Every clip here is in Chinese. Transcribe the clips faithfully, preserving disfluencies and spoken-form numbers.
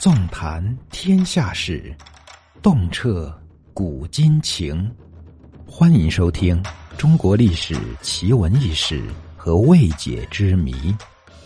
纵谈天下事，洞彻古今情。欢迎收听中国历史奇闻异事和未解之谜。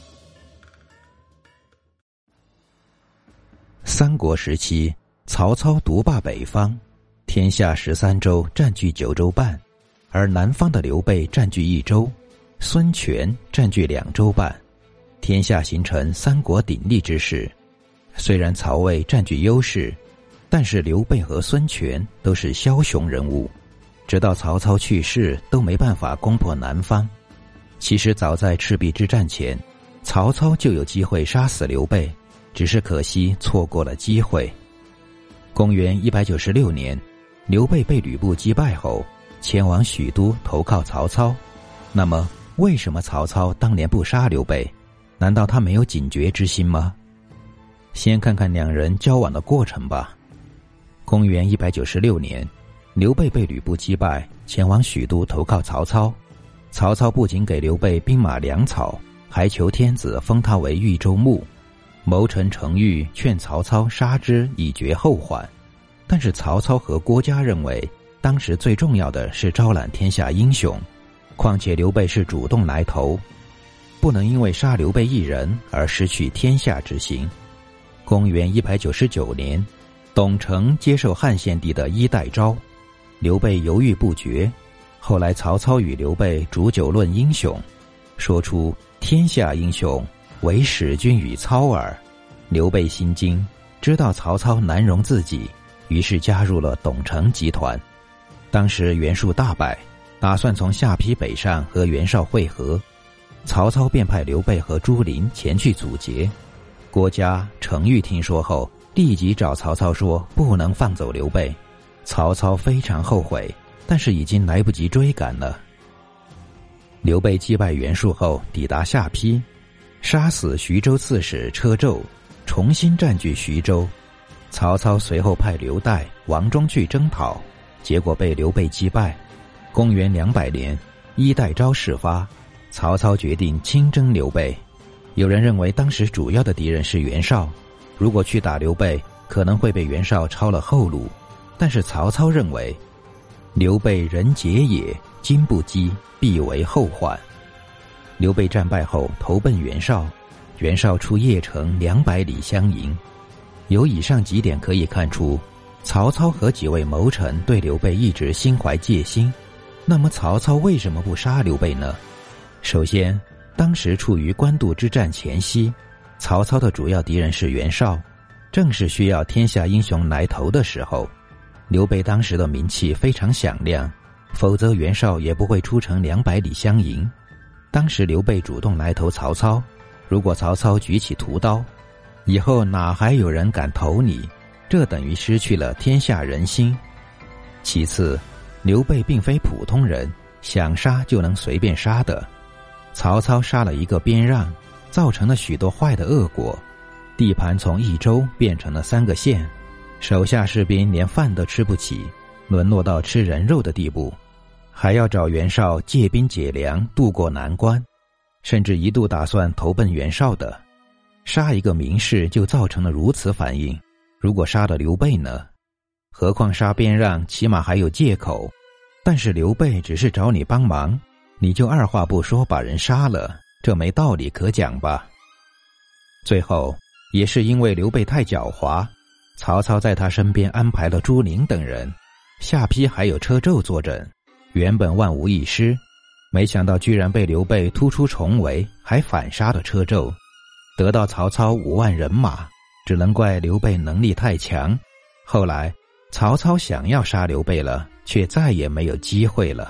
三国时期，曹操独霸北方，天下十三州占据九州半，而南方的刘备占据一州，孙权占据两州半，天下形成三国鼎立之势。虽然曹魏占据优势，但是刘备和孙权都是枭雄人物，直到曹操去世都没办法攻破南方。其实早在赤壁之战前，曹操就有机会杀死刘备，只是可惜错过了机会。公元一百九十六年，刘备被吕布击败后，前往许都投靠曹操。那么为什么曹操当年不杀刘备？难道他没有警觉之心吗？先看看两人交往的过程吧。公元一百九十六年，刘备被吕布击败，前往许都投靠曹操。曹操不仅给刘备兵马粮草，还求天子封他为豫州牧。谋臣程昱劝曹操杀之以绝后患，但是曹操和郭嘉认为，当时最重要的是招揽天下英雄，况且刘备是主动来投，不能因为杀刘备一人而失去天下之心。公元一百九十九年，董承接受汉献帝的衣带诏，刘备犹豫不决。后来曹操与刘备煮酒论英雄，说出天下英雄唯使君与操耳。刘备心惊，知道曹操难容自己，于是加入了董承集团。当时袁术大败，打算从下邳北上和袁绍会合，曹操便派刘备和朱灵前去阻截。郭嘉、程昱听说后，立即找曹操说不能放走刘备。曹操非常后悔，但是已经来不及追赶了。刘备击败袁术后抵达下邳，杀死徐州刺史车胄，重新占据徐州。曹操随后派刘岱、王忠去征讨，结果被刘备击败。公元两百年，衣带诏事发，曹操决定亲征刘备。有人认为当时主要的敌人是袁绍，如果去打刘备，可能会被袁绍抄了后路。但是曹操认为，刘备人杰也，今不击，必为后患。刘备战败后投奔袁绍，袁绍出邺城两百里相迎。由以上几点可以看出，曹操和几位谋臣对刘备一直心怀戒心。那么曹操为什么不杀刘备呢？首先，当时处于官渡之战前夕，曹操的主要敌人是袁绍，正是需要天下英雄来投的时候。刘备当时的名气非常响亮，否则袁绍也不会出城两百里相迎。当时刘备主动来投曹操，如果曹操举起屠刀，以后哪还有人敢投你？这等于失去了天下人心。其次，刘备并非普通人，想杀就能随便杀的。曹操杀了一个边让，造成了许多坏的恶果，地盘从一州变成了三个县，手下士兵连饭都吃不起，沦落到吃人肉的地步，还要找袁绍借兵解粮渡过难关，甚至一度打算投奔袁绍的。杀一个名士就造成了如此反应，如果杀了刘备呢？何况杀边让起码还有借口，但是刘备只是找你帮忙，你就二话不说把人杀了，这没道理可讲吧。最后也是因为刘备太狡猾，曹操在他身边安排了朱灵等人，下邳还有车胄坐镇，原本万无一失，没想到居然被刘备突出重围，还反杀了车胄，得到曹操五万人马，只能怪刘备能力太强。后来曹操想要杀刘备了，却再也没有机会了。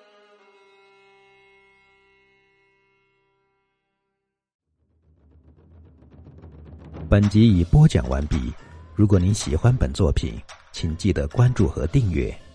本集已播讲完毕，如果您喜欢本作品，请记得关注和订阅。